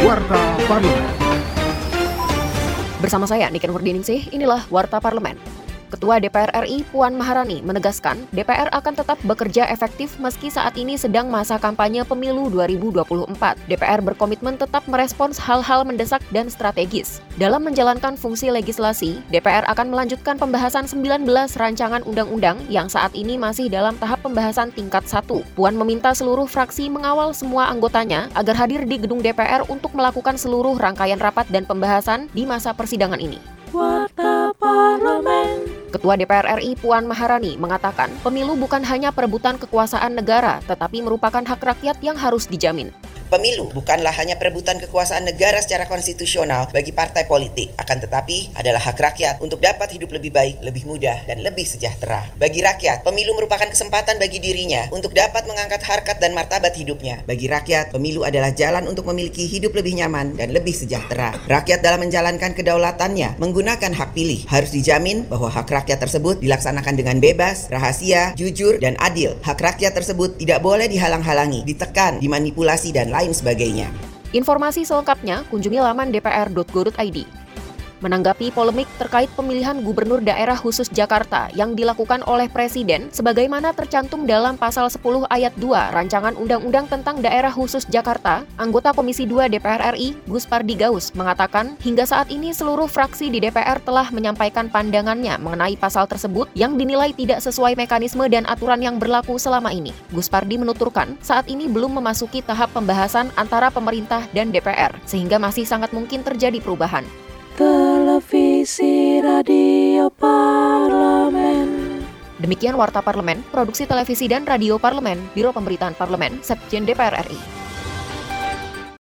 Warta Parlemen. Bersama saya, Niken Wardiningsih, inilah Warta Parlemen. Ketua DPR RI Puan Maharani menegaskan DPR akan tetap bekerja efektif meski saat ini sedang masa kampanye pemilu 2024. DPR berkomitmen tetap merespons hal-hal mendesak dan strategis. Dalam menjalankan fungsi legislasi, DPR akan melanjutkan pembahasan 19 rancangan undang-undang yang saat ini masih dalam tahap pembahasan tingkat 1. Puan meminta seluruh fraksi mengawal semua anggotanya agar hadir di gedung DPR untuk melakukan seluruh rangkaian rapat dan pembahasan di masa persidangan ini. Warta Parlemen. Ketua DPR RI Puan Maharani mengatakan pemilu bukan hanya perebutan kekuasaan negara, tetapi merupakan hak rakyat yang harus dijamin. Pemilu bukanlah hanya perebutan kekuasaan negara secara konstitusional bagi partai politik, akan tetapi adalah hak rakyat untuk dapat hidup lebih baik, lebih mudah, dan lebih sejahtera. Bagi rakyat, pemilu merupakan kesempatan bagi dirinya untuk dapat mengangkat harkat dan martabat hidupnya. Bagi rakyat, pemilu adalah jalan untuk memiliki hidup lebih nyaman dan lebih sejahtera. Rakyat dalam menjalankan kedaulatannya menggunakan hak pilih harus dijamin bahwa hak rakyat tersebut dilaksanakan dengan bebas, rahasia, jujur, dan adil. Hak rakyat tersebut tidak boleh dihalang-halangi, ditekan, dimanipulasi, dan lain sebagainya. Informasi selengkapnya kunjungi laman dpr.go.id. Menanggapi polemik terkait pemilihan Gubernur Daerah Khusus Jakarta yang dilakukan oleh Presiden sebagaimana tercantum dalam Pasal 10 Ayat 2 Rancangan Undang-Undang tentang Daerah Khusus Jakarta, anggota Komisi 2 DPR RI, Guspardi Gaus, mengatakan hingga saat ini seluruh fraksi di DPR telah menyampaikan pandangannya mengenai pasal tersebut yang dinilai tidak sesuai mekanisme dan aturan yang berlaku selama ini. Guspardi menuturkan saat ini belum memasuki tahap pembahasan antara pemerintah dan DPR, sehingga masih sangat mungkin terjadi perubahan. Televisi Radio Parlemen. Demikian Warta Parlemen, Produksi Televisi dan Radio Parlemen, Biro Pemberitaan Parlemen, Sekjen DPR RI.